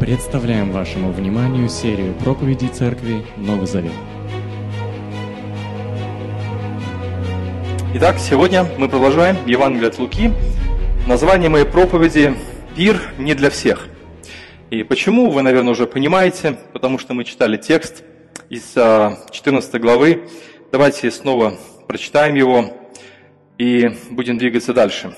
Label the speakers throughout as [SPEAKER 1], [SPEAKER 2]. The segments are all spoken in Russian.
[SPEAKER 1] Представляем вашему вниманию серию проповедей Церкви Новый Завет.
[SPEAKER 2] Итак, сегодня мы продолжаем Евангелие от Луки. Название моей проповеди «Пир не для всех». И почему, вы, наверное, уже понимаете, потому что мы читали текст из 14 главы. Давайте снова прочитаем его и будем двигаться дальше.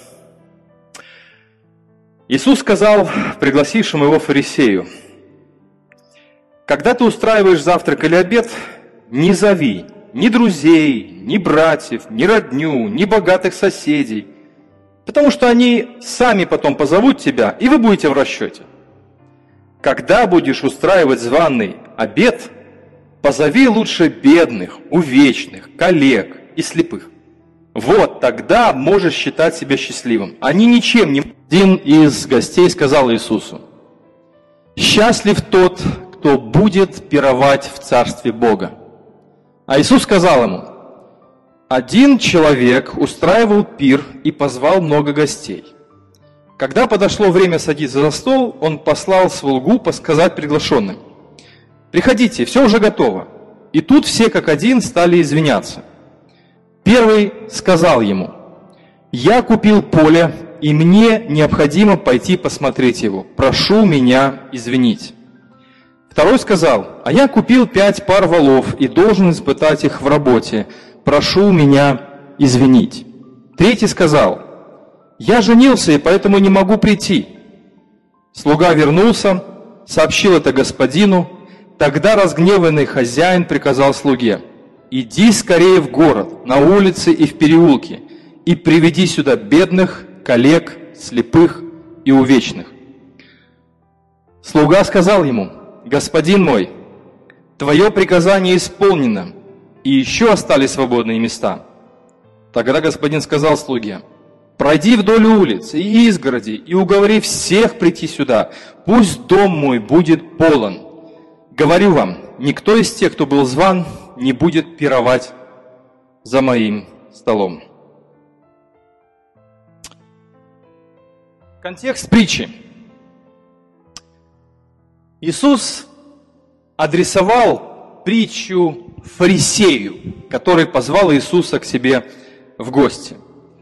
[SPEAKER 2] Иисус сказал пригласившему его фарисею: «Когда ты устраиваешь завтрак или обед, не зови ни друзей, ни братьев, ни родню, ни богатых соседей, потому что они сами потом позовут тебя, и вы будете в расчете. Когда будешь устраивать званый обед, позови лучше бедных, увечных, коллег и слепых. Вот тогда можешь считать себя счастливым. Они ничем не...» Один из гостей сказал Иисусу: «Счастлив тот, кто будет пировать в Царстве Бога». А Иисус сказал ему: «Один человек устраивал пир и позвал много гостей. Когда подошло время садиться за стол, он послал слугу сказать приглашенным: „Приходите, все уже готово“. И тут все как один стали извиняться. Первый сказал ему: „Я купил поле, и мне необходимо пойти посмотреть его. Прошу меня извинить“. Второй сказал: „А я купил 5 пар волов и должен испытать их в работе. Прошу меня извинить“. Третий сказал: „Я женился, и поэтому не могу прийти“. Слуга вернулся, сообщил это господину. Тогда разгневанный хозяин приказал слуге: „Иди скорее в город, на улицы и в переулки, и приведи сюда бедных, коллег, слепых и увечных“. Слуга сказал ему: „Господин мой, твое приказание исполнено, и еще остались свободные места“. Тогда господин сказал слуге: „Пройди вдоль улиц и изгородей, и уговори всех прийти сюда, пусть дом мой будет полон. Говорю вам, никто из тех, кто был зван, не будет пировать за моим столом“». Контекст притчи. Иисус адресовал притчу фарисею, который позвал Иисуса к себе в гости.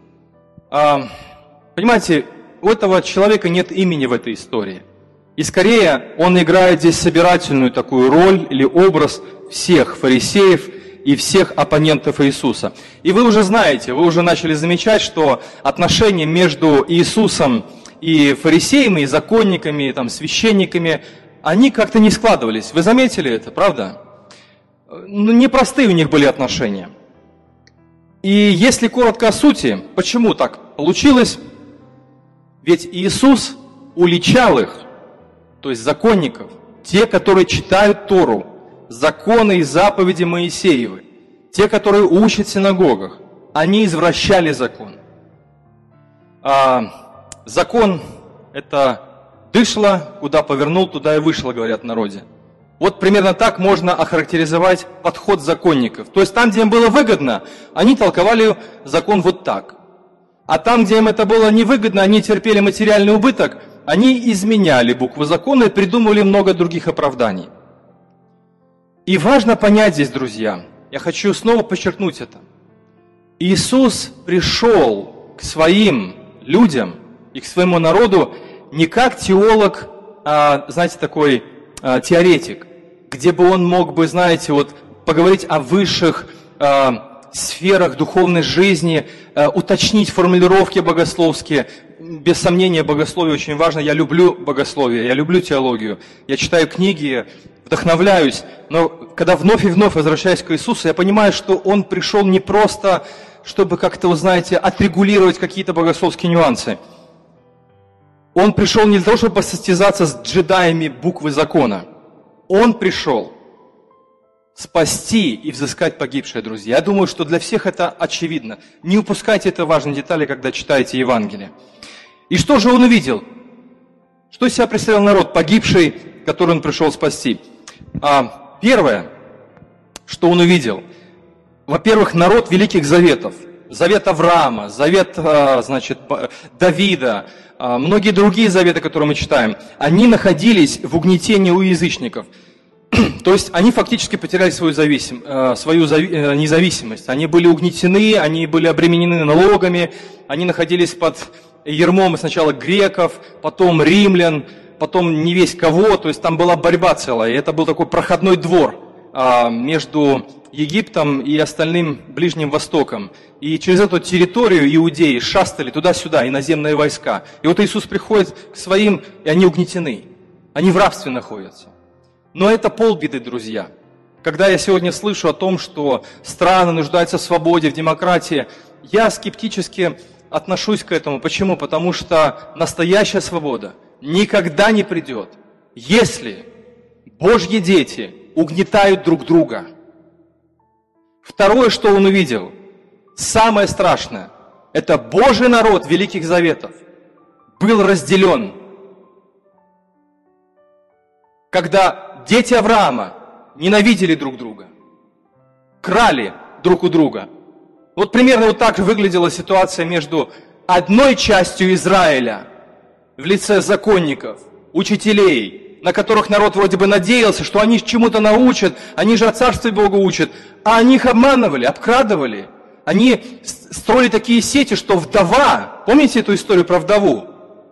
[SPEAKER 2] Понимаете, у этого человека нет имени в этой истории. И скорее он играет здесь собирательную такую роль или образ всех фарисеев и всех оппонентов Иисуса. И вы уже знаете, вы уже начали замечать, что отношения между Иисусом и фарисеями, и законниками, и священниками, они как-то не складывались. Вы заметили это, правда? Непростые у них были отношения. И если коротко о сути, почему так получилось? Ведь Иисус уличал их, то есть законников, те, которые читают Тору, законы и заповеди Моисеевы, те, которые учат в синагогах, они извращали закон. Закон – это дышло, куда повернул, туда и вышло, говорят в народе. Вот примерно так можно охарактеризовать подход законников. То есть там, где им было выгодно, они толковали закон вот так. А там, где им это было невыгодно, они терпели материальный убыток, они изменяли букву закона и придумывали много других оправданий. И важно понять здесь, друзья, я хочу снова подчеркнуть это. Иисус пришел к своим людям и к своему народу не как теолог, знаете, такой теоретик, где бы он мог бы, знаете, поговорить о высших сферах духовной жизни, уточнить формулировки богословские. Без сомнения, богословие очень важно. Я люблю богословие, я люблю теологию. Я читаю книги, вдохновляюсь. Но когда вновь и вновь возвращаюсь к Иисусу, я понимаю, что Он пришел не просто, чтобы как-то, знаете, отрегулировать какие-то богословские нюансы. Он пришел не для того, чтобы состязаться с джедаями буквы закона. Он пришел спасти и взыскать погибшие, друзья. Я думаю, что для всех это очевидно. Не упускайте этой важной детали, когда читаете Евангелие. И что же он увидел? Что из себя представлял народ, погибший, который он пришел спасти? Первое, что он увидел. Во-первых, народ Великих Заветов. завет Авраама, завет, Давида, многие другие заветы, которые мы читаем, они находились в угнетении у язычников. То есть они фактически потеряли свою независимость. Они были угнетены, они были обременены налогами, они находились под ярмом сначала греков, потом римлян, потом не весь кого. То есть там была борьба целая. И это был такой проходной двор между Египтом и остальным Ближним Востоком. И через эту территорию иудеи шастали туда-сюда, иноземные войска. И вот Иисус приходит к своим, и они угнетены. Они в рабстве находятся. Но это полбеды, друзья. Когда я сегодня слышу о том, что страны нуждаются в свободе, в демократии, я скептически отношусь к этому. Почему? Потому что настоящая свобода никогда не придет, если Божьи дети угнетают друг друга. Второе, что он увидел, самое страшное, это Божий народ Великих Заветов был разделен. Когда дети Авраама ненавидели друг друга, крали друг у друга. Вот примерно вот так же выглядела ситуация между одной частью Израиля в лице законников, учителей, на которых народ вроде бы надеялся, что они чему-то научат, они же о Царстве Бога учат, а они их обманывали, обкрадывали. Они строили такие сети, что вдова, помните эту историю про вдову?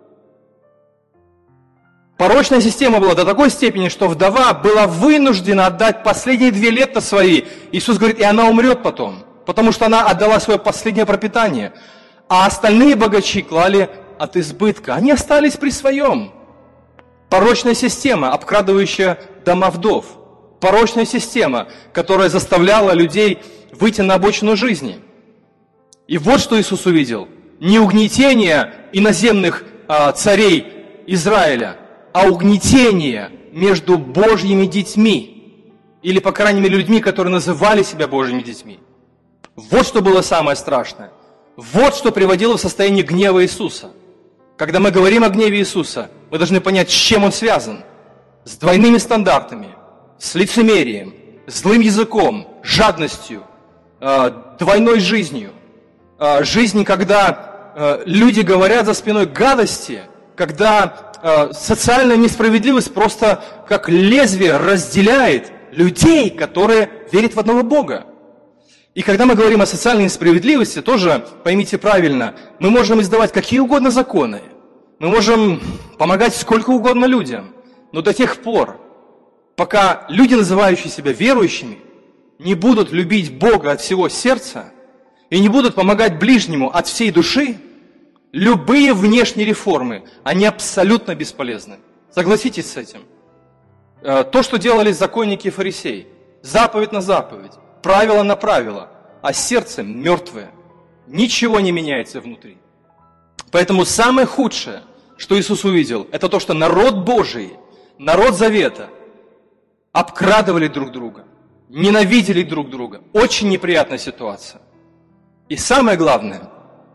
[SPEAKER 2] Порочная система была до такой степени, что вдова была вынуждена отдать последние 2 лета свои. Иисус говорит, и она умрет потом, потому что она отдала свое последнее пропитание. А остальные богачи клали от избытка. Они остались при своем. Порочная система, обкрадывающая дома вдов. Порочная система, которая заставляла людей выйти на обочину жизни. И вот что Иисус увидел. Не угнетение иноземных царей Израиля, а угнетение между Божьими детьми, или, по крайней мере, людьми, которые называли себя Божьими детьми. Вот что было самое страшное. Вот что приводило в состояние гнева Иисуса. Когда мы говорим о гневе Иисуса, мы должны понять, с чем он связан. С двойными стандартами, с лицемерием, злым языком, жадностью, двойной жизнью. Жизнь, когда люди говорят за спиной гадости, когда социальная несправедливость просто как лезвие разделяет людей, которые верят в одного Бога. И когда мы говорим о социальной несправедливости, тоже поймите правильно, мы можем издавать какие угодно законы, мы можем помогать сколько угодно людям, но до тех пор, пока люди, называющие себя верующими, не будут любить Бога от всего сердца и не будут помогать ближнему от всей души, любые внешние реформы, они абсолютно бесполезны. Согласитесь с этим? То, что делали законники и фарисеи, заповедь на заповедь, правило на правило, а сердце мертвое. Ничего не меняется внутри. Поэтому самое худшее, что Иисус увидел, это то, что народ Божий, народ Завета обкрадывали друг друга, ненавидели друг друга. Очень неприятная ситуация. И самое главное,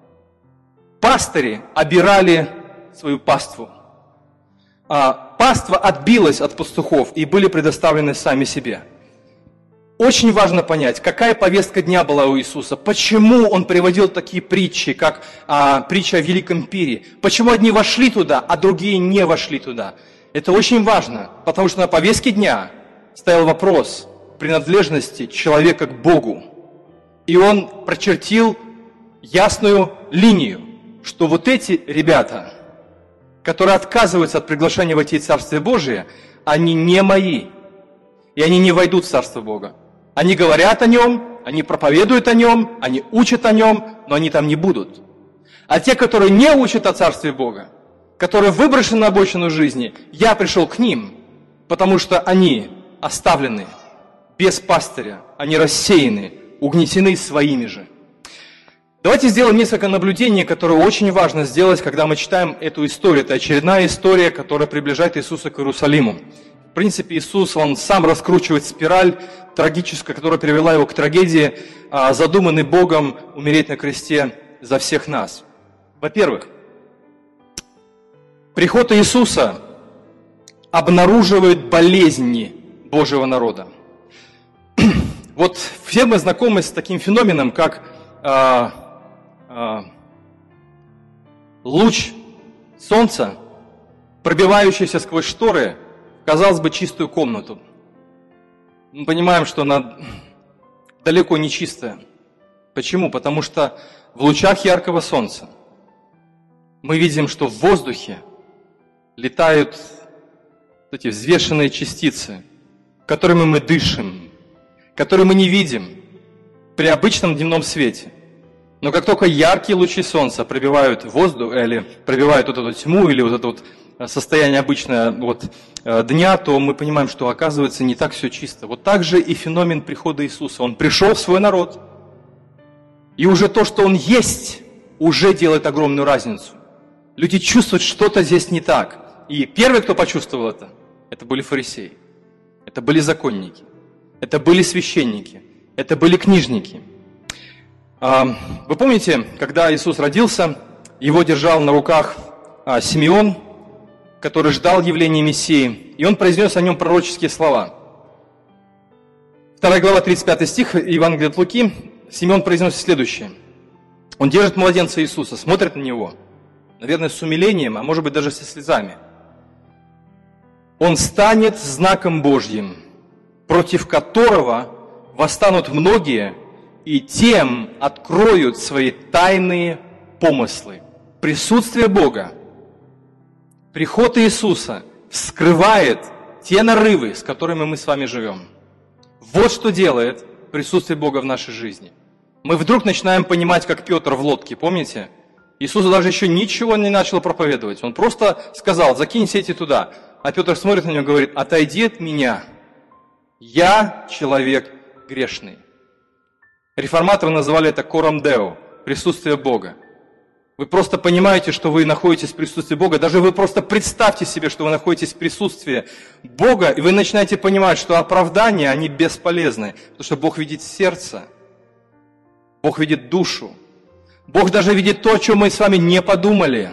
[SPEAKER 2] пастыри обирали свою паству. Паства отбилась от пастухов и были предоставлены сами себе. Очень важно понять, какая повестка дня была у Иисуса, почему Он приводил такие притчи, как притча о великом пире, почему одни вошли туда, а другие не вошли туда. Это очень важно, потому что на повестке дня стоял вопрос принадлежности человека к Богу. И Он прочертил ясную линию, что вот эти ребята, которые отказываются от приглашения войти в Царствие Божие, они не мои, и они не войдут в Царство Бога. Они говорят о Нем, они проповедуют о Нем, они учат о Нем, но они там не будут. А те, которые не учат о Царстве Бога, которые выброшены на обочину жизни, я пришел к ним, потому что они оставлены без пастыря, они рассеяны, угнетены своими же. Давайте сделаем несколько наблюдений, которые очень важно сделать, когда мы читаем эту историю. Это очередная история, которая приближает Иисуса к Иерусалиму. В принципе, Иисус, Он сам раскручивает спираль трагическую, которая привела Его к трагедии, задуманной Богом умереть на кресте за всех нас. Во-первых, приход Иисуса обнаруживает болезни Божьего народа. Вот все мы знакомы с таким феноменом, как луч солнца, пробивающийся сквозь шторы, казалось бы, чистую комнату. Мы понимаем, что она далеко не чистая. Почему? Потому что в лучах яркого солнца мы видим, что в воздухе летают эти взвешенные частицы, которыми мы дышим, которые мы не видим при обычном дневном свете. Но как только яркие лучи солнца пробивают воздух, или пробивают вот эту тьму, или вот это вот состояние обычное дня, то мы понимаем, что оказывается не так все чисто. Вот так же и феномен прихода Иисуса. Он пришел в свой народ, и уже то, что Он есть, уже делает огромную разницу. Люди чувствуют, что-то здесь не так. И первый, кто почувствовал это были фарисеи, это были законники, это были священники, это были книжники. Вы помните, когда Иисус родился, Его держал на руках Симеон, который ждал явления Мессии, и он произнес о нем пророческие слова. 2 глава, 35 стих Евангелия от Луки, Симеон произнес следующее. Он держит младенца Иисуса, смотрит на него, наверное, с умилением, а может быть даже со слезами. Он станет знаком Божьим, против которого восстанут многие, и тем откроют свои тайные помыслы. Присутствие Бога, приход Иисуса вскрывает те нарывы, с которыми мы с вами живем. Вот что делает присутствие Бога в нашей жизни. Мы вдруг начинаем понимать, как Петр в лодке, помните? Иисус даже еще ничего не начал проповедовать. Он просто сказал: закинь сети туда. А Петр смотрит на него и говорит: отойди от меня, я человек грешный. Реформаторы называли это кором Део, присутствие Бога. Вы просто понимаете, что вы находитесь в присутствии Бога. Даже вы просто представьте себе, что вы находитесь в присутствии Бога, и вы начинаете понимать, что оправдания, они бесполезны. Потому что Бог видит сердце, Бог видит душу. Бог даже видит то, о чем мы с вами не подумали.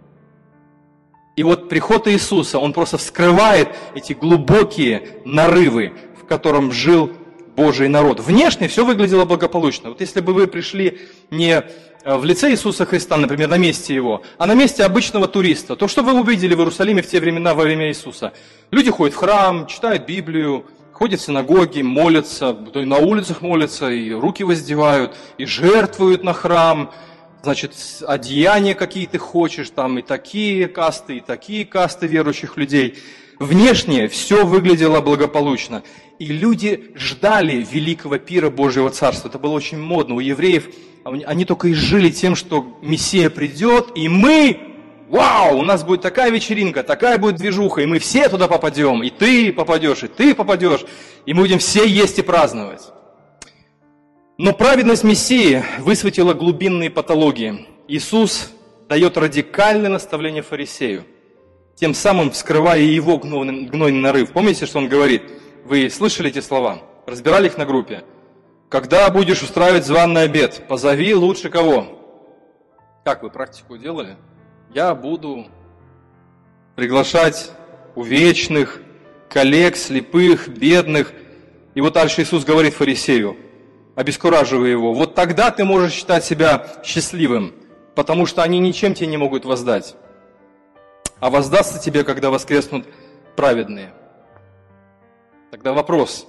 [SPEAKER 2] И вот приход Иисуса, Он просто вскрывает эти глубокие нарывы, в котором жил Божий народ. Внешне все выглядело благополучно. Вот если бы вы пришли не в лице Иисуса Христа, например, на месте Его, а на месте обычного туриста, то что вы увидели в Иерусалиме в те времена во время Иисуса? Люди ходят в храм, читают Библию, ходят в синагоги, молятся, и на улицах молятся, и руки воздевают, и жертвуют на храм. Значит, одеяния какие ты хочешь, там и такие касты верующих людей. Внешне все выглядело благополучно. И люди ждали великого пира Божьего Царства. Это было очень модно. У евреев они только и жили тем, что Мессия придет, и мы, вау, у нас будет такая вечеринка, такая будет движуха, и мы все туда попадем, и ты попадешь, и мы будем все есть и праздновать. Но праведность Мессии высветила глубинные патологии. Иисус дает радикальное наставление фарисею, тем самым вскрывая его гнойный нарыв. Помните, что он говорит? Вы слышали эти слова? Разбирали их на группе? Когда будешь устраивать званый обед, позови лучше кого? Как вы практику делали? Я буду приглашать увечных, коллег, слепых, бедных. И вот дальше Иисус говорит фарисею, обескураживая его: вот тогда ты можешь считать себя счастливым, потому что они ничем тебе не могут воздать. А воздастся тебе, когда воскреснут праведные. Тогда вопрос.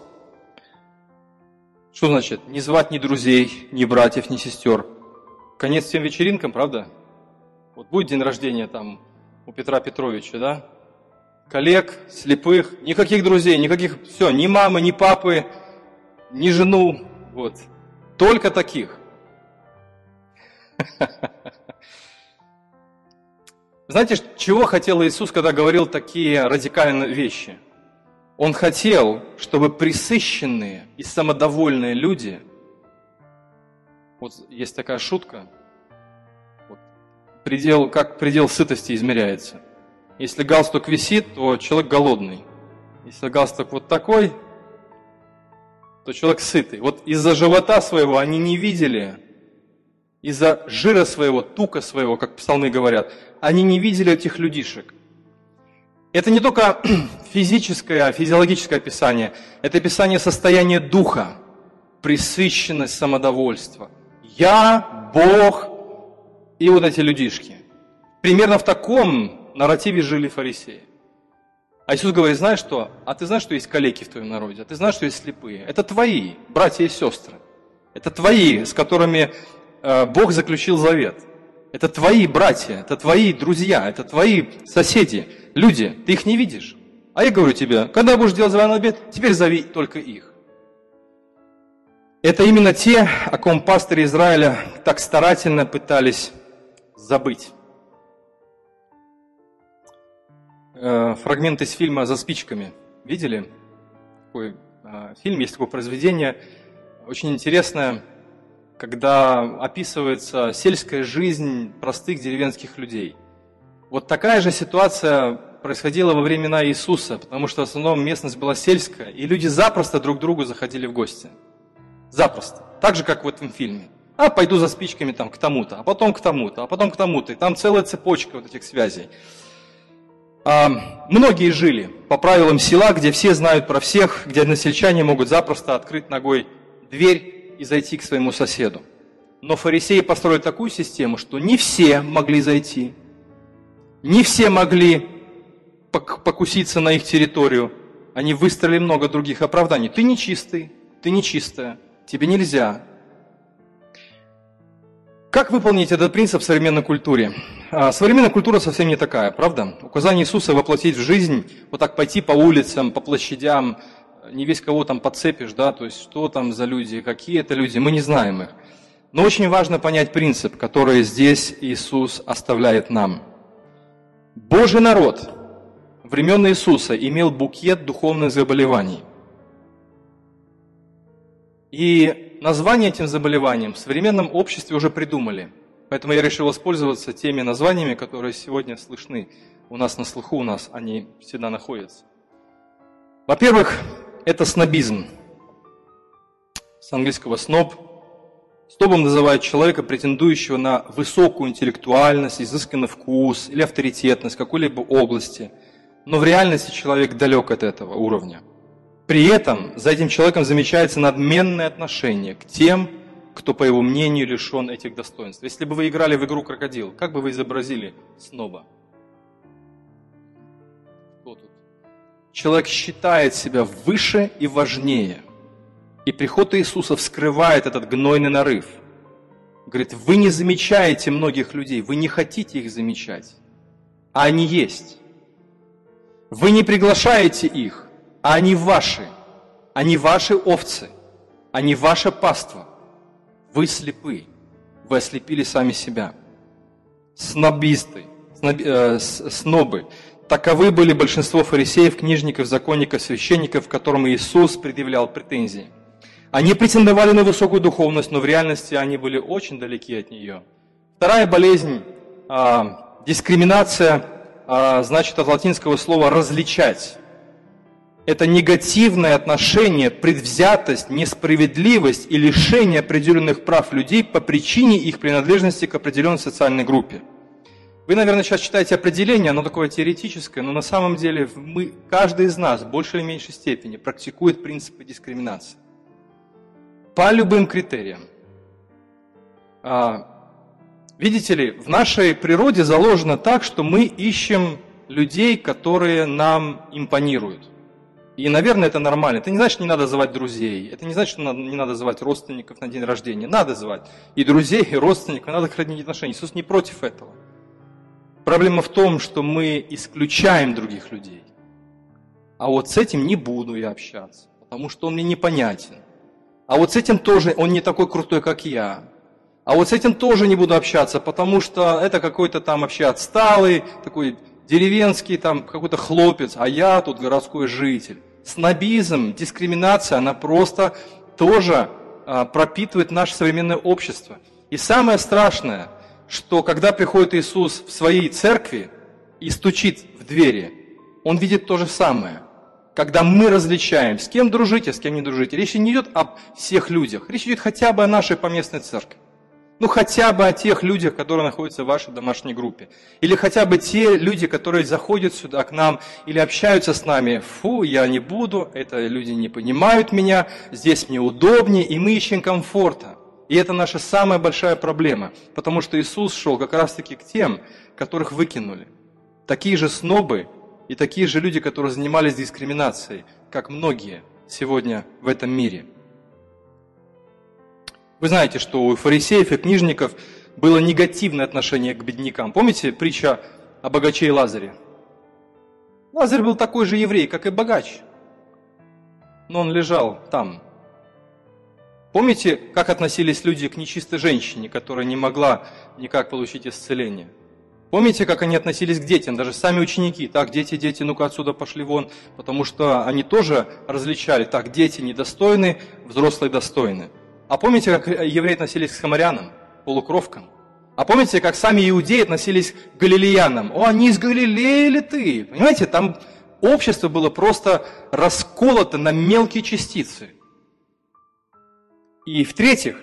[SPEAKER 2] Что значит не звать ни друзей, ни братьев, ни сестер? Конец всем вечеринкам, правда? Вот будет день рождения там у Петра Петровича, да? Коллег, слепых, никаких друзей, никаких, все, ни мамы, ни папы, ни жену, вот. Только таких. Знаете, чего хотел Иисус, когда говорил такие радикальные вещи? Он хотел, чтобы пресыщенные и самодовольные люди, вот есть такая шутка, вот, как предел сытости измеряется. Если галстук висит, то человек голодный. Если галстук вот такой, то человек сытый. Вот из-за живота своего они не видели, из-за жира своего, тука своего, как псалмы говорят, они не видели этих людишек. Это не только физическое, физиологическое описание, это описание состояния духа, пресыщенность самодовольства. Я Бог, и вот эти людишки. Примерно в таком нарративе жили фарисеи. А Иисус говорит, знаешь что? А ты знаешь, что есть калеки в твоем народе? А ты знаешь, что есть слепые? Это твои братья и сестры. Это твои, с которыми Бог заключил завет. Это твои братья, это твои друзья, это твои соседи, люди. Ты их не видишь. А я говорю тебе, когда будешь делать званый обед, теперь зови только их. Это именно те, о ком пастыри Израиля так старательно пытались забыть. Фрагмент из фильма «За спичками». Видели? Такой фильм, есть такое произведение, очень интересное, когда описывается сельская жизнь простых деревенских людей. Вот такая же ситуация происходила во времена Иисуса, потому что в основном местность была сельская, и люди запросто друг к другу заходили в гости. Запросто. Так же, как в этом фильме. А пойду за спичками там, к тому-то, а потом к тому-то, а потом к тому-то. И там целая цепочка вот этих связей. Многие жили по правилам села, где все знают про всех, где односельчане могут запросто открыть ногой дверь и зайти к своему соседу. Но фарисеи построили такую систему, что не все могли зайти, не все могли покуситься на их территорию. Они выстроили много других оправданий. Ты нечистый, ты нечистая, тебе нельзя. Как выполнить этот принцип в современной культуре? Современная культура совсем не такая, правда? Указание Иисуса воплотить в жизнь, вот так пойти по улицам, по площадям, не весь кого там подцепишь, да, то есть что там за люди, какие это люди, мы не знаем их. Но очень важно понять принцип, который здесь Иисус оставляет нам. Божий народ времен Иисуса имел букет духовных заболеваний. И название этим заболеваниям в современном обществе уже придумали. Поэтому я решил воспользоваться теми названиями, которые сегодня слышны у нас на слуху, у нас они всегда находятся. Во-первых, это снобизм. С английского snob. Снобом называют человека, претендующего на высокую интеллектуальность, изысканный вкус или авторитетность в какой-либо области. Но в реальности человек далек от этого уровня. При этом за этим человеком замечается надменное отношение к тем, кто, по его мнению, лишен этих достоинств. Если бы вы играли в игру «Крокодил», как бы вы изобразили сноба? Кто тут? Человек считает себя выше и важнее. И приход Иисуса вскрывает этот гнойный нарыв. Говорит, вы не замечаете многих людей, вы не хотите их замечать, а они есть. Вы не приглашаете их, а они ваши овцы, они ваше паство. Вы слепы, вы ослепили сами себя. Снобисты, снобы. Таковы были большинство фарисеев, книжников, законников, священников, к которым Иисус предъявлял претензии. Они претендовали на высокую духовность, но в реальности они были очень далеки от нее. Вторая болезнь, дискриминация, значит от латинского слова «различать». Это негативное отношение, предвзятость, несправедливость и лишение определенных прав людей по причине их принадлежности к определенной социальной группе. Вы, наверное, сейчас читаете определение, оно такое теоретическое, но на самом деле каждый из нас в большей или меньшей степени практикует принципы дискриминации. По любым критериям. Видите ли, в нашей природе заложено так, что мы ищем людей, которые нам импонируют. И, наверное, это нормально. Это не значит, что не надо звать друзей. Это не значит, что не надо звать родственников на день рождения. Надо звать и друзей, и родственников. Надо хранить отношения. Иисус не против этого. Проблема в том, что мы исключаем других людей. А вот с этим не буду я общаться, потому что он мне непонятен. А вот с этим тоже он не такой крутой, как я. А вот с этим тоже не буду общаться, потому что это какой-то там вообще отсталый, такой деревенский там какой-то хлопец, а я тут городской житель. Снобизм, дискриминация, она просто тоже пропитывает наше современное общество. И самое страшное, что когда приходит Иисус в своей церкви и стучит в двери, Он видит то же самое. Когда мы различаем, с кем дружите, с кем не дружите. Речь не идет о всех людях, речь идет хотя бы о нашей поместной церкви. Ну, хотя бы о тех людях, которые находятся в вашей домашней группе. Или хотя бы те люди, которые заходят сюда к нам или общаются с нами. Фу, я не буду, это люди не понимают меня, здесь мне удобнее, и мы ищем комфорта. И это наша самая большая проблема, потому что Иисус шел как раз-таки к тем, которых выкинули. Такие же снобы и такие же люди, которые занимались дискриминацией, как многие сегодня в этом мире. Вы знаете, что у фарисеев и книжников было негативное отношение к беднякам. Помните притча о богаче и Лазаре? Лазарь был такой же еврей, как и богач, но он лежал там. Помните, как относились люди к нечистой женщине, которая не могла никак получить исцеление? Помните, как они относились к детям, даже сами ученики? Так, дети, ну-ка отсюда пошли вон, потому что они тоже различали, так, дети недостойны, взрослые достойны. А помните, как евреи относились к самарянам, полукровкам? А помните, как сами иудеи относились к галилеянам? О, они из Галилеи ли ты? Понимаете, там общество было просто расколото на мелкие частицы. И в-третьих,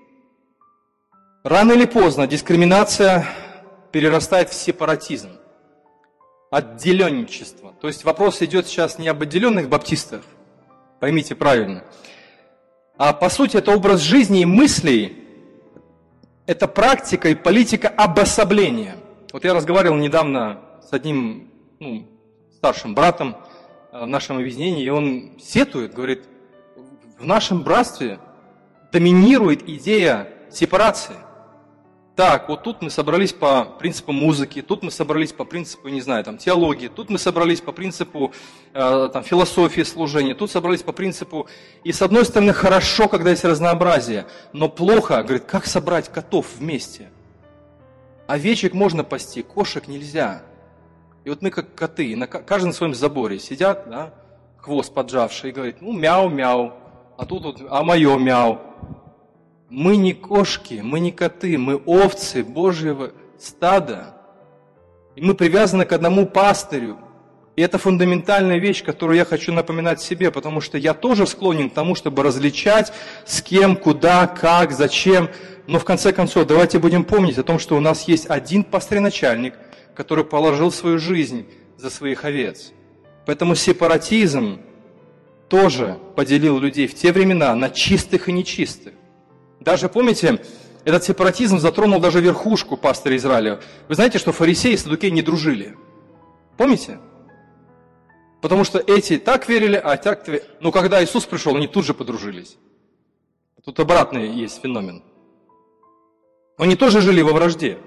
[SPEAKER 2] рано или поздно дискриминация перерастает в сепаратизм, отделенничество. То есть вопрос идет сейчас не об отделенных баптистах, поймите правильно, а по сути это образ жизни и мыслей, это практика и политика обособления. Вот я разговаривал недавно с одним старшим братом в нашем объединении, и он сетует, говорит, в нашем братстве доминирует идея сепарации. Так, вот тут мы собрались по принципу музыки, тут мы собрались по принципу, не знаю, там, теологии, тут мы собрались по принципу философии служения, тут собрались по принципу... И с одной стороны, хорошо, когда есть разнообразие, но плохо, говорит, как собрать котов вместе? Овечек можно пасти, кошек нельзя. И вот мы как коты, каждый на своем заборе сидят, да, хвост поджавший, и говорит, мяу-мяу, а тут вот, а мое мяу. Мы не кошки, мы не коты, мы овцы Божьего стада. И мы привязаны к одному пастырю. И это фундаментальная вещь, которую я хочу напоминать себе, потому что я тоже склонен к тому, чтобы различать, с кем, куда, как, зачем. Но в конце концов, давайте будем помнить о том, что у нас есть один пастырь-начальник, который положил свою жизнь за своих овец. Поэтому сепаратизм тоже поделил людей в те времена на чистых и нечистых. Даже, помните, этот сепаратизм затронул даже верхушку пастыря Израиля. Вы знаете, что фарисеи и саддукеи не дружили? Помните? Потому что эти так верили, а так... Но когда Иисус пришел, они тут же подружились. Тут обратный есть феномен. Они тоже жили во вражде.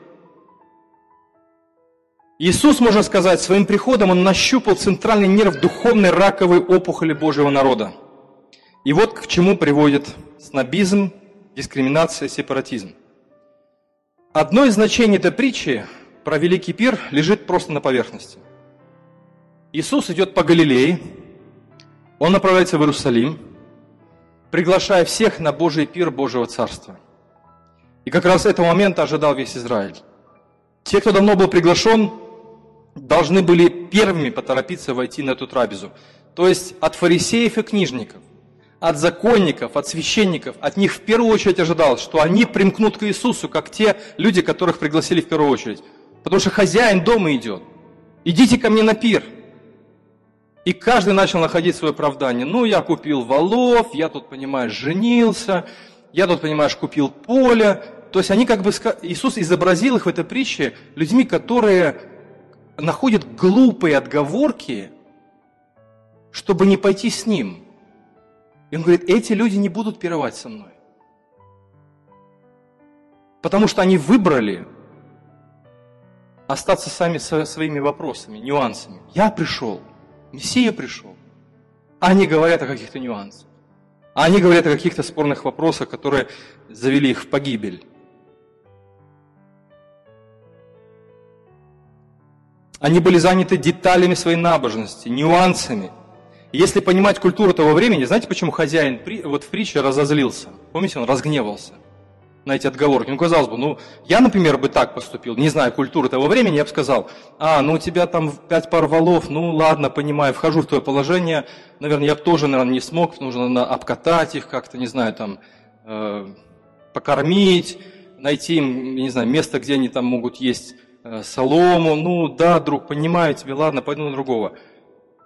[SPEAKER 2] Иисус, можно сказать, своим приходом Он нащупал центральный нерв духовной раковой опухоли Божьего народа. И вот к чему приводит снобизм, дискриминация, сепаратизм. Одно из значений этой притчи про Великий пир лежит просто на поверхности. Иисус идет по Галилее, Он направляется в Иерусалим, приглашая всех на Божий пир Божьего Царства. И как раз этого момента ожидал весь Израиль. Те, кто давно был приглашен, должны были первыми поторопиться войти на эту трапезу. То есть от фарисеев и книжников, от законников, от священников, от них в первую очередь ожидалось, что они примкнут к Иисусу, как те люди, которых пригласили в первую очередь. Потому что хозяин дома идет. Идите ко мне на пир. И каждый начал находить свое оправдание. Я купил волов, я тут, понимаешь, женился, я тут, понимаешь, купил поле. То есть они Иисус изобразил их в этой притче людьми, которые находят глупые отговорки, чтобы не пойти с Ним. И Он говорит, эти люди не будут пировать со мной. Потому что они выбрали остаться сами со своими вопросами, нюансами. Я пришел, Мессия пришел. А они говорят о каких-то нюансах. А они говорят о каких-то спорных вопросах, которые завели их в погибель. Они были заняты деталями своей набожности, нюансами. И если понимать культуру того времени, знаете, почему хозяин в притче разозлился? Помните, он разгневался на эти отговорки. Казалось бы, я, например, бы так поступил, не знаю культуры того времени, я бы сказал, у тебя там 5 пар волов, ладно, понимаю, вхожу в твое положение, наверное, я бы тоже, не смог, нужно обкатать их как-то, не знаю, там, покормить, найти им, не знаю, место, где они там могут есть солому, да, друг, понимаю тебя, ладно, пойду на другого.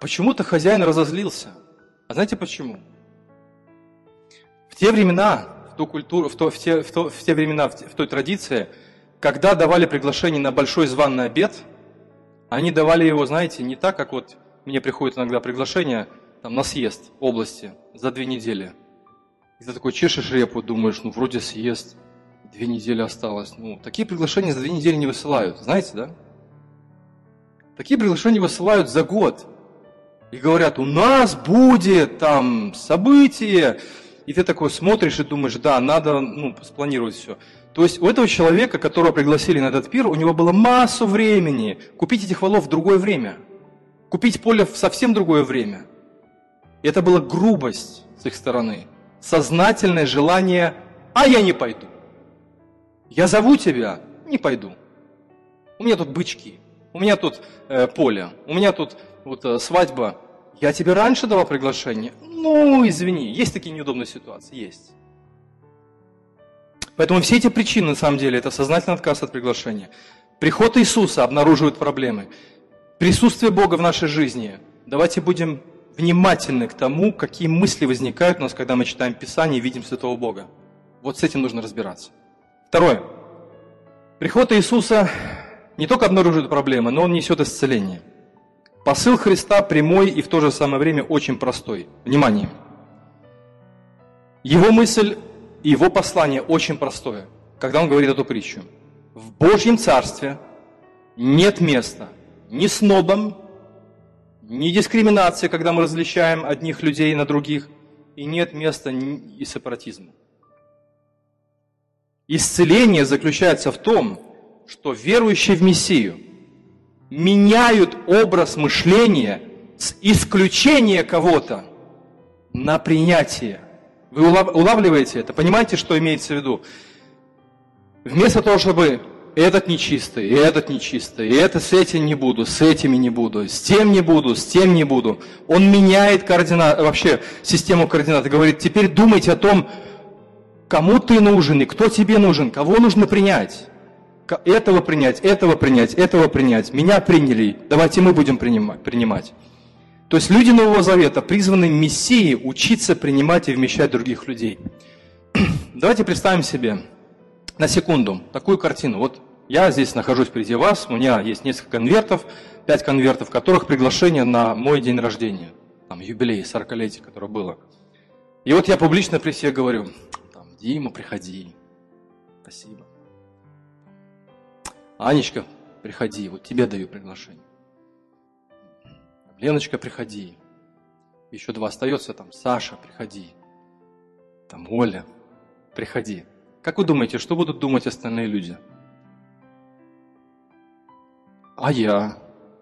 [SPEAKER 2] Почему-то хозяин разозлился. А знаете почему? В те времена в ту культуру, в те времена, в той традиции, когда давали приглашение на большой званый обед, они давали его, знаете, не так, как вот мне приходит иногда приглашение там, на съезд области за 2 недели. И ты такой чешешь репу, думаешь, ну вроде съезд, 2 недели осталось. Ну, такие приглашения за 2 недели не высылают, знаете, да? Такие приглашения высылают за год. И говорят, у нас будет там событие. И ты такой смотришь и думаешь, да, надо спланировать все. То есть у этого человека, которого пригласили на этот пир, у него было массу времени купить этих валов в другое время. Купить поле в совсем другое время. И это была грубость с их стороны. Сознательное желание, а я не пойду. Я зову тебя, не пойду. У меня тут бычки, у меня тут поле, у меня тут свадьба. Я тебе раньше давал приглашение? Ну, извини, есть такие неудобные ситуации, есть. Поэтому все эти причины, на самом деле, это сознательный отказ от приглашения. Приход Иисуса обнаруживает проблемы. Присутствие Бога в нашей жизни. Давайте будем внимательны к тому, какие мысли возникают у нас, когда мы читаем Писание и видим Святого Бога. Вот с этим нужно разбираться. Второе. Приход Иисуса не только обнаруживает проблемы, но Он несет исцеление. Посыл Христа прямой и в то же самое время очень простой. Внимание! Его мысль и его послание очень простое, когда он говорит эту притчу. В Божьем Царстве нет места ни снобам, ни дискриминации, когда мы различаем одних людей на других, и нет места и сепаратизму. Исцеление заключается в том, что верующие в Мессию меняют образ мышления с исключения кого-то на принятие. Вы улавливаете это? Понимаете, что имеется в виду? Вместо того, чтобы этот нечистый, и этот нечистый, и это с этим не буду, с этими не буду, с тем не буду, с тем не буду. Он меняет вообще систему координат и говорит, теперь думайте о том, кому ты нужен и кто тебе нужен, кого нужно принять. Этого принять, этого принять, этого принять. Меня приняли, давайте мы будем принимать. То есть люди Нового Завета призваны Мессии учиться принимать и вмещать других людей. Давайте представим себе на секунду такую картину. Вот я здесь нахожусь впереди вас, у меня есть несколько конвертов, 5 конвертов, в которых приглашение на мой день рождения, там юбилей, 40-летие, которое было. И вот я публично при всех говорю, там, Дима, приходи, спасибо. Анечка, приходи, вот тебе даю приглашение. Леночка, приходи. Еще 2 остается, там, Саша, приходи. Там, Оля, приходи. Как вы думаете, что будут думать остальные люди? А я?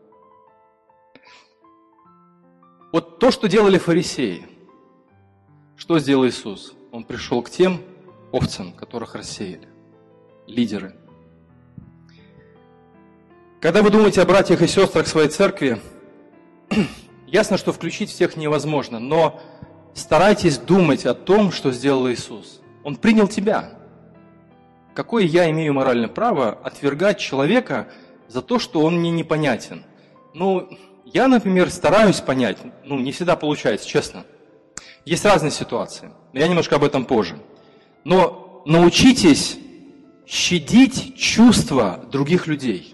[SPEAKER 2] Вот то, что делали фарисеи, что сделал Иисус? Он пришел к тем овцам, которых рассеяли. Лидеры. Когда вы думаете о братьях и сестрах своей церкви, ясно, что включить всех невозможно, но старайтесь думать о том, что сделал Иисус. Он принял тебя. Какое я имею моральное право отвергать человека за то, что он мне непонятен? Я, например, стараюсь понять, не всегда получается, честно. Есть разные ситуации, я немножко об этом позже. Но научитесь щадить чувства других людей.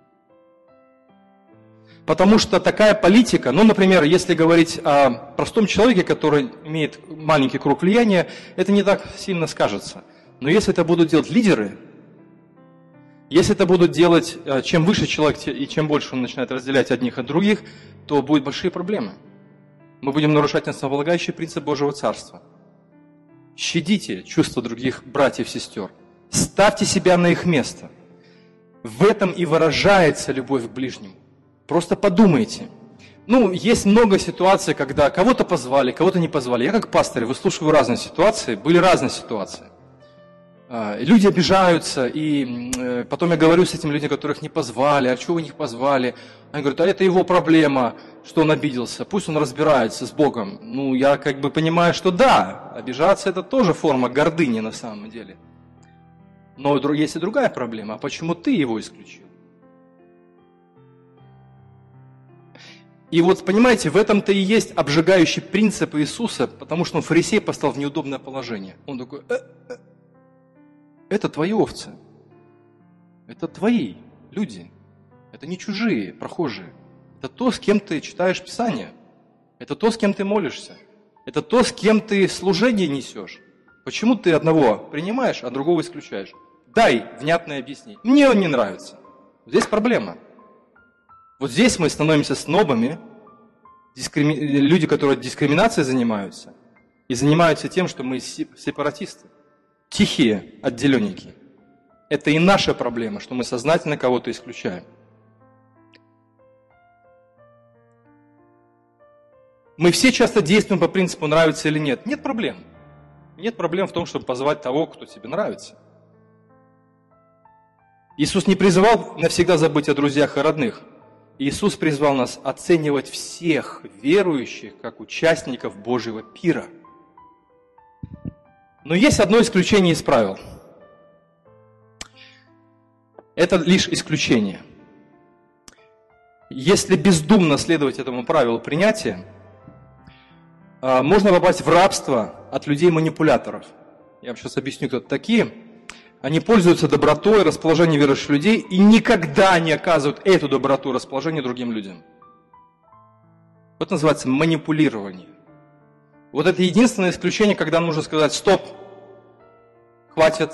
[SPEAKER 2] Потому что такая политика, например, если говорить о простом человеке, который имеет маленький круг влияния, это не так сильно скажется. Но если это будут делать лидеры, если это будут делать, чем выше человек и чем больше он начинает разделять одних от других, то будут большие проблемы. Мы будем нарушать основополагающий принцип Божьего Царства. Щадите чувства других братьев и сестер. Ставьте себя на их место. В этом и выражается любовь к ближнему. Просто подумайте. Есть много ситуаций, когда кого-то позвали, кого-то не позвали. Я как пастырь выслушиваю разные ситуации, были разные ситуации. Люди обижаются, и потом я говорю с этими людьми, которых не позвали, а чего вы них позвали? Они говорят, а это его проблема, что он обиделся, пусть он разбирается с Богом. Я понимаю, что да, обижаться это тоже форма гордыни на самом деле. Но есть и другая проблема, а почему ты его исключил? И вот, понимаете, в этом-то и есть обжигающий принцип Иисуса, потому что он фарисей поставил в неудобное положение. Он такой, это твои овцы, это твои люди, это не чужие, прохожие. Это то, с кем ты читаешь Писание, это то, с кем ты молишься, это то, с кем ты служение несешь. Почему ты одного принимаешь, а другого исключаешь? Дай внятное объяснение. Мне он не нравится. Здесь проблема. Вот здесь мы становимся снобами, люди, которые дискриминацией занимаются, и занимаются тем, что мы сепаратисты, тихие отделенники. Это и наша проблема, что мы сознательно кого-то исключаем. Мы все часто действуем по принципу «нравится или нет». Нет проблем. Нет проблем в том, чтобы позвать того, кто тебе нравится. Иисус не призывал навсегда забыть о друзьях и родных. Иисус призвал нас оценивать всех верующих как участников Божьего пира. Но есть одно исключение из правил. Это лишь исключение. Если бездумно следовать этому правилу принятия, можно попасть в рабство от людей-манипуляторов. Я вам сейчас объясню, кто это такие. Они пользуются добротой, расположением верующих людей и никогда не оказывают эту доброту и расположение другим людям. Вот называется манипулирование. Вот это единственное исключение, когда нужно сказать «стоп, хватит».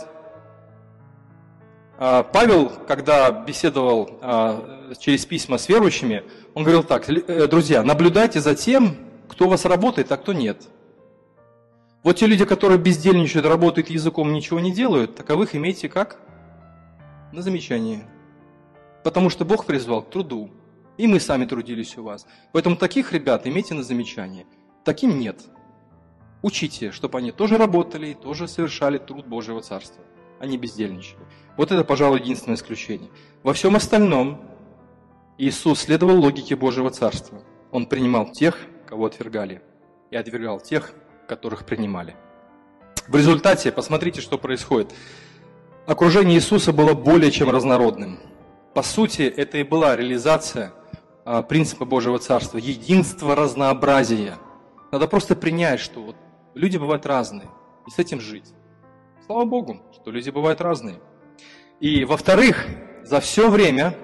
[SPEAKER 2] Павел, когда беседовал через письма с верующими, он говорил так: друзья, наблюдайте за тем, кто у вас работает, а кто нет. Вот те люди, которые бездельничают, работают языком, ничего не делают, таковых имейте как? На замечание. Потому что Бог призвал к труду, и мы сами трудились у вас. Поэтому таких ребят имейте на замечание. Таким нет. Учите, чтобы они тоже работали и тоже совершали труд Божьего Царства. Они бездельничали. Вот это, пожалуй, единственное исключение. Во всем остальном Иисус следовал логике Божьего Царства. Он принимал тех, кого отвергали, и отвергал тех, которых принимали. В результате, посмотрите, что происходит. Окружение Иисуса было более чем разнородным. По сути, это и была реализация принципа Божьего Царства. Единство разнообразия. Надо просто принять, что вот люди бывают разные, и с этим жить. Слава Богу, что люди бывают разные. И, во-вторых, за все время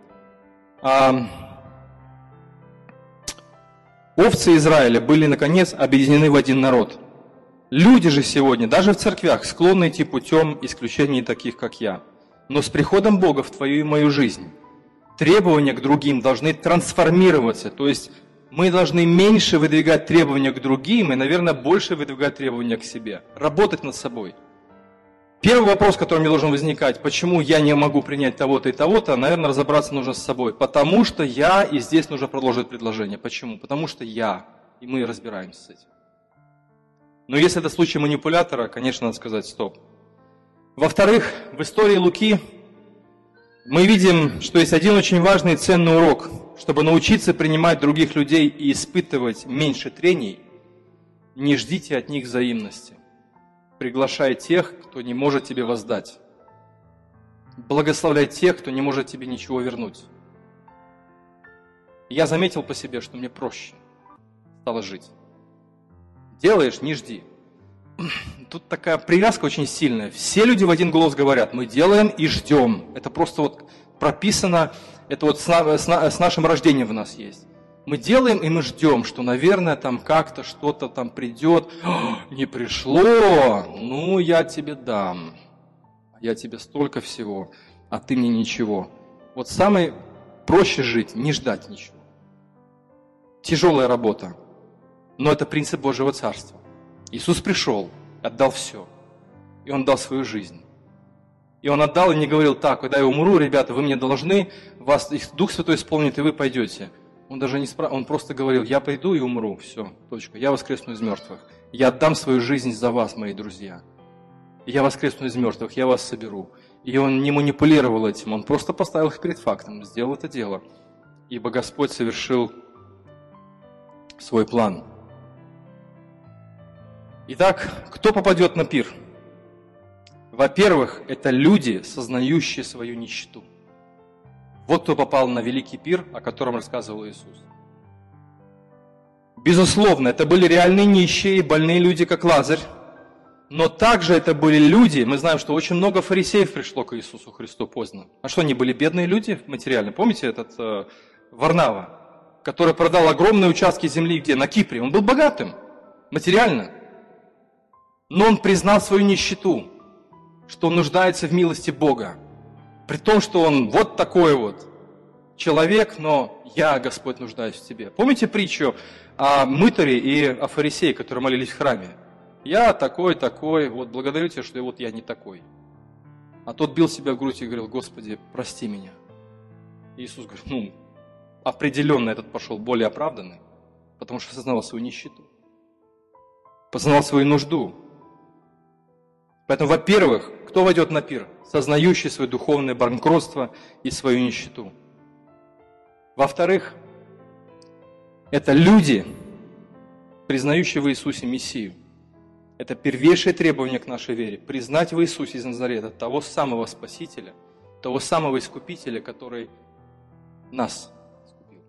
[SPEAKER 2] овцы Израиля были, наконец, объединены в один народ. Люди же сегодня, даже в церквях, склонны идти путем исключений таких, как я. Но с приходом Бога в твою и мою жизнь требования к другим должны трансформироваться. То есть мы должны меньше выдвигать требования к другим и, наверное, больше выдвигать требования к себе. Работать над собой. Первый вопрос, который мне должен возникать: почему я не могу принять того-то и того-то, наверное, разобраться нужно с собой. Потому что я, и здесь нужно продолжить предложение. Почему? Потому что я, и мы разбираемся с этим. Но если это случай манипулятора, конечно, надо сказать стоп. Во-вторых, в истории Луки мы видим, что есть один очень важный и ценный урок. Чтобы научиться принимать других людей и испытывать меньше трений, не ждите от них взаимности. Приглашай тех, кто не может тебе воздать. Благословляй тех, кто не может тебе ничего вернуть. Я заметил по себе, что мне проще стало жить. Делаешь, не жди. Тут такая привязка очень сильная. Все люди в один голос говорят: мы делаем и ждем. Это просто вот прописано, это вот с нашим рождением в нас есть. Мы делаем и мы ждем, что, наверное, там как-то что-то там придет. Не пришло, ну я тебе дам. Я тебе столько всего, а ты мне ничего. Вот самое проще жить, не ждать ничего. Тяжелая работа, но это принцип Божьего Царства. Иисус пришел, отдал все, и Он дал свою жизнь. И Он отдал и не говорил: так, когда я умру, ребята, вы мне должны, вас Дух Святой исполнит, и вы пойдете. Он даже не он просто говорил: я пойду и умру, все, точка. Я воскресну из мертвых. Я отдам свою жизнь за вас, мои друзья. Я воскресну из мертвых, я вас соберу. И Он не манипулировал этим, Он просто поставил их перед фактом, сделал это дело. Ибо Господь совершил свой план. Итак, кто попадет на пир? Во-первых, это люди, сознающие свою нищету. Вот кто попал на великий пир, о котором рассказывал Иисус. Безусловно, это были реальные нищие и больные люди, как Лазарь. Но также это были люди, мы знаем, что очень много фарисеев пришло к Иисусу Христу поздно. А что, они были бедные люди материально? Помните этот Варнава, который продал огромные участки земли где? На Кипре. Он был богатым материально. Но он признал свою нищету, что он нуждается в милости Бога. При том, что он вот такой вот человек, но я, Господь, нуждаюсь в тебе. Помните притчу о мытаре и о фарисее, которые молились в храме? Я такой, вот благодарю тебя, что вот я не такой. А тот бил себя в грудь и говорил: Господи, прости меня. Иисус говорит: определенно этот пошел более оправданный, потому что осознавал свою нищету, познавал свою нужду. Поэтому, во-первых, кто войдет на пир? Сознающий свое духовное банкротство и свою нищету. Во-вторых, это люди, признающие в Иисусе Мессию. Это первейшее требование к нашей вере. Признать в Иисусе из Назарета того самого Спасителя, того самого Искупителя, который нас искупил.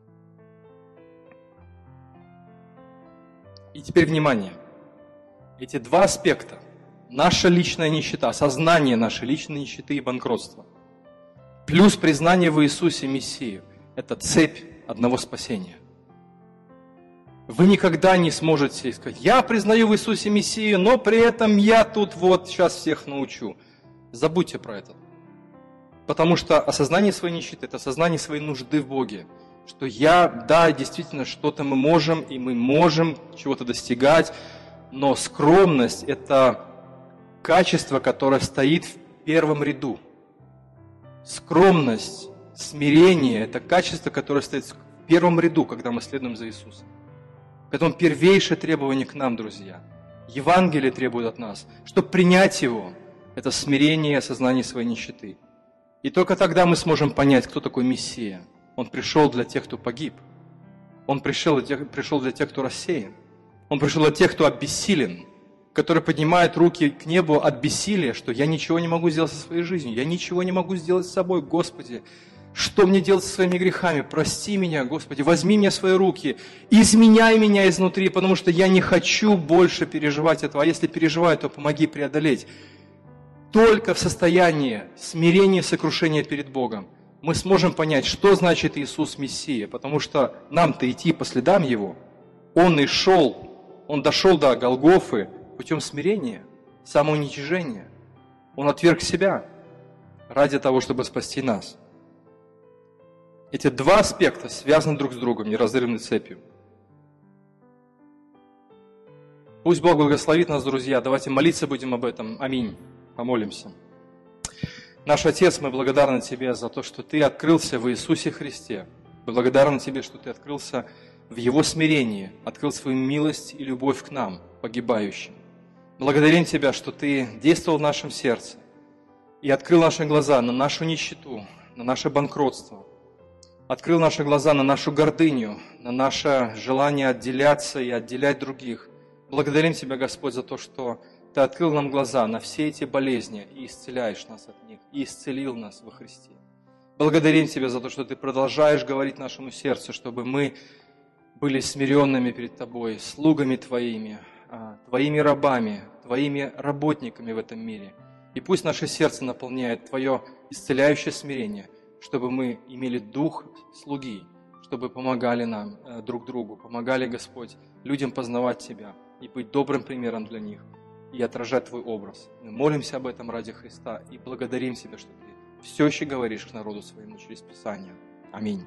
[SPEAKER 2] И теперь внимание. Эти два аспекта. Наша личная нищета, осознание нашей личной нищеты и банкротства, плюс признание в Иисусе Мессию – это цепь одного спасения. Вы никогда не сможете сказать: я признаю в Иисусе Мессию, но при этом я тут вот сейчас всех научу. Забудьте про это. Потому что осознание своей нищеты – это осознание своей нужды в Боге. Что да, действительно, что-то мы можем, и мы можем чего-то достигать, но скромность – это качество, которое стоит в первом ряду. Скромность, смирение – это качество, которое стоит в первом ряду, когда мы следуем за Иисусом. Поэтому первейшее требование к нам, друзья, Евангелие требует от нас, чтобы принять его, это смирение и осознание своей нищеты. И только тогда мы сможем понять, кто такой Мессия. Он пришел для тех, кто погиб. Он пришел для тех, кто рассеян. Он пришел для тех, кто обессилен, который поднимает руки к небу от бессилия, что я ничего не могу сделать со своей жизнью, я ничего не могу сделать с собой, Господи. Что мне делать со своими грехами? Прости меня, Господи, возьми меня в свои руки, изменяй меня изнутри, потому что я не хочу больше переживать этого. А если переживаю, то помоги преодолеть. Только в состоянии смирения и сокрушения перед Богом мы сможем понять, что значит Иисус Мессия, потому что нам-то идти по следам Его. Он дошел до Голгофы путем смирения, самоуничижения. Он отверг себя ради того, чтобы спасти нас. Эти два аспекта связаны друг с другом неразрывной цепью. Пусть Бог благословит нас, друзья. Давайте молиться будем об этом. Аминь. Помолимся. Наш Отец, мы благодарны Тебе за то, что Ты открылся в Иисусе Христе. Мы благодарны Тебе, что Ты открылся в Его смирении, открыл свою милость и любовь к нам, погибающим. Благодарим Тебя, что Ты действовал в нашем сердце и открыл наши глаза на нашу нищету, на наше банкротство. Открыл наши глаза на нашу гордыню, на наше желание отделяться и отделять других. Благодарим Тебя, Господь, за то, что Ты открыл нам глаза на все эти болезни и исцеляешь нас от них, и исцелил нас во Христе. Благодарим Тебя за то, что Ты продолжаешь говорить нашему сердцу, чтобы мы были смиренными перед Тобой, слугами Твоими, Твоими рабами, Твоими работниками в этом мире. И пусть наше сердце наполняет Твое исцеляющее смирение, чтобы мы имели дух слуги, чтобы помогали нам друг другу, помогали, Господь, людям познавать Тебя и быть добрым примером для них, и отражать Твой образ. Мы молимся об этом ради Христа и благодарим Тебя, что Ты все еще говоришь к народу своему через Писание. Аминь.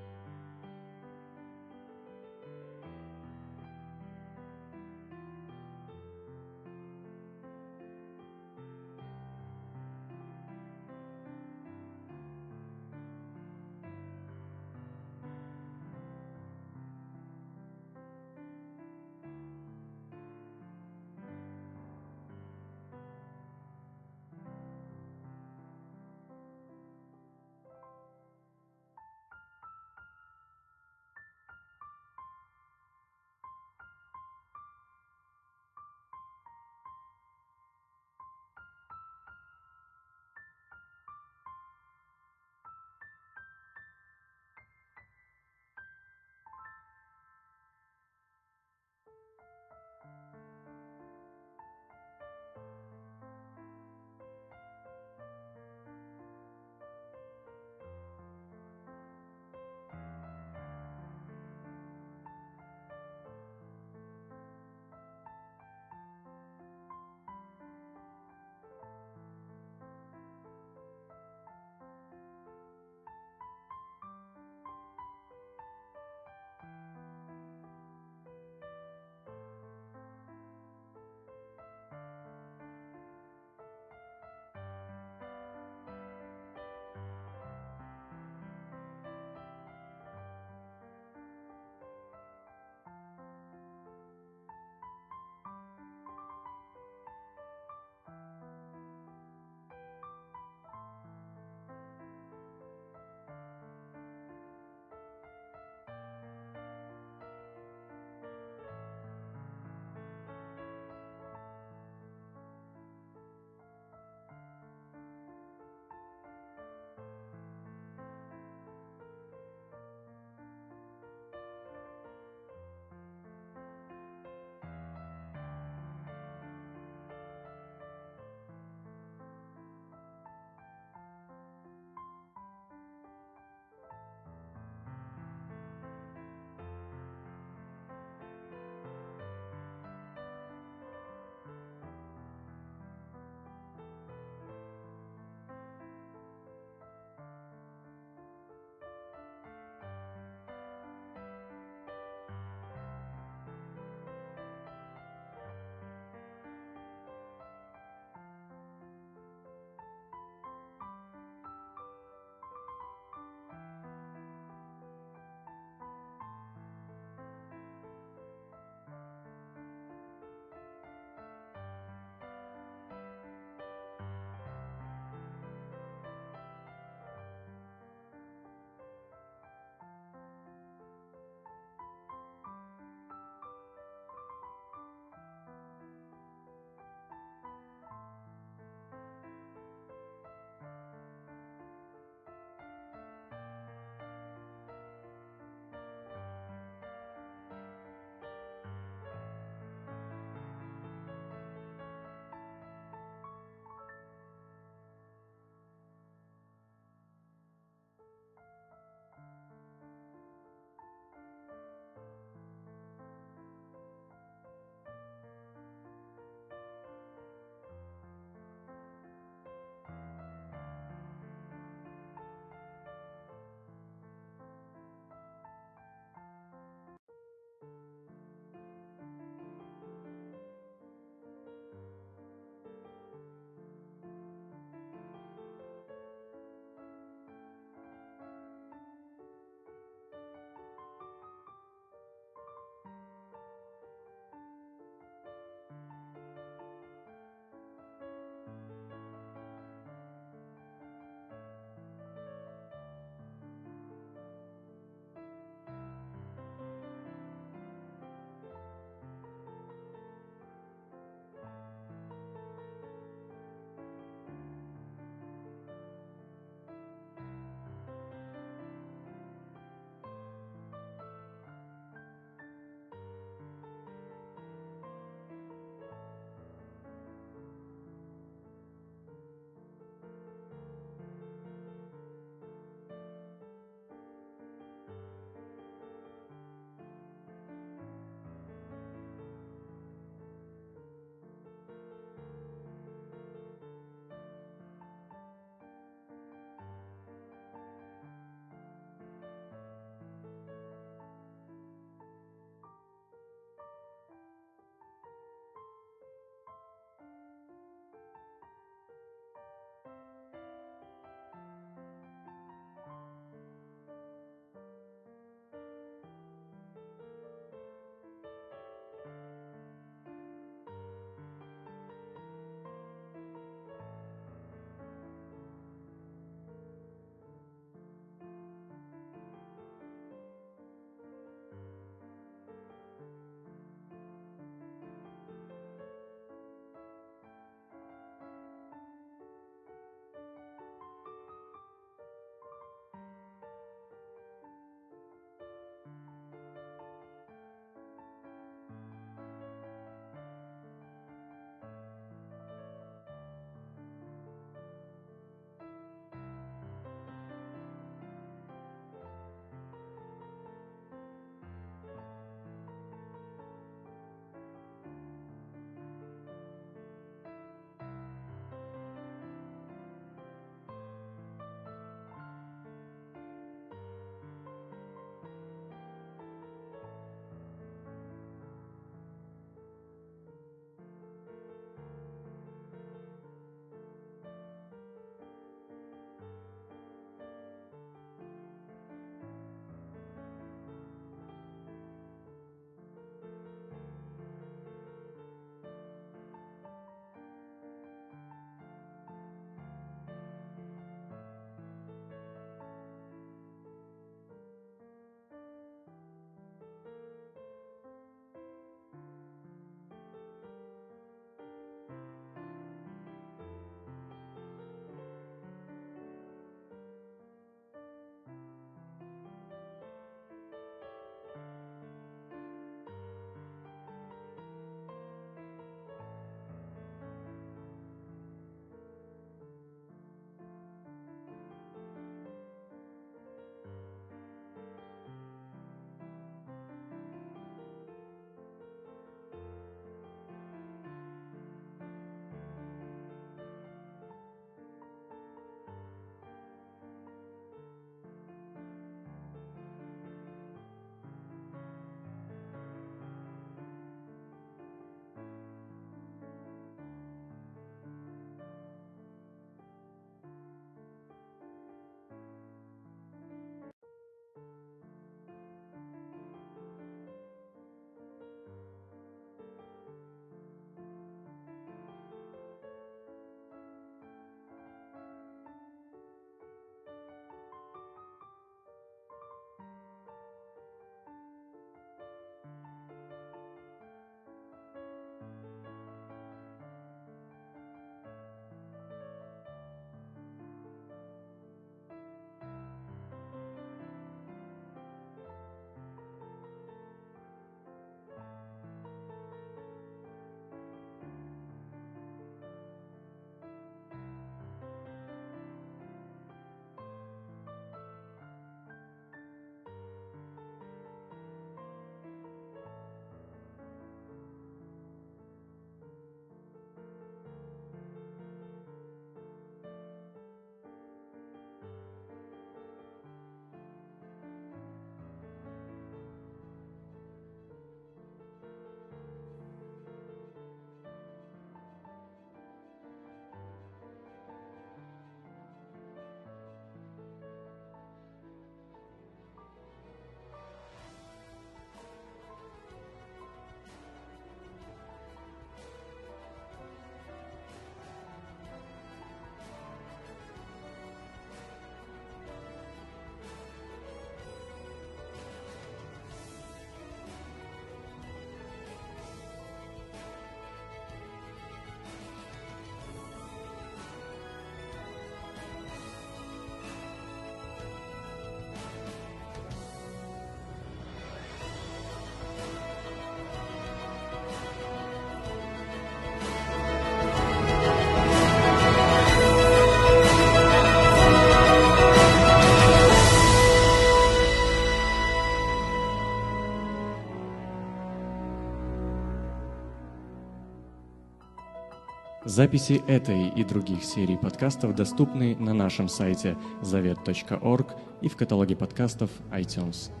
[SPEAKER 1] Записи этой и других серий подкастов доступны на нашем сайте завет.орг и в каталоге подкастов iTunes.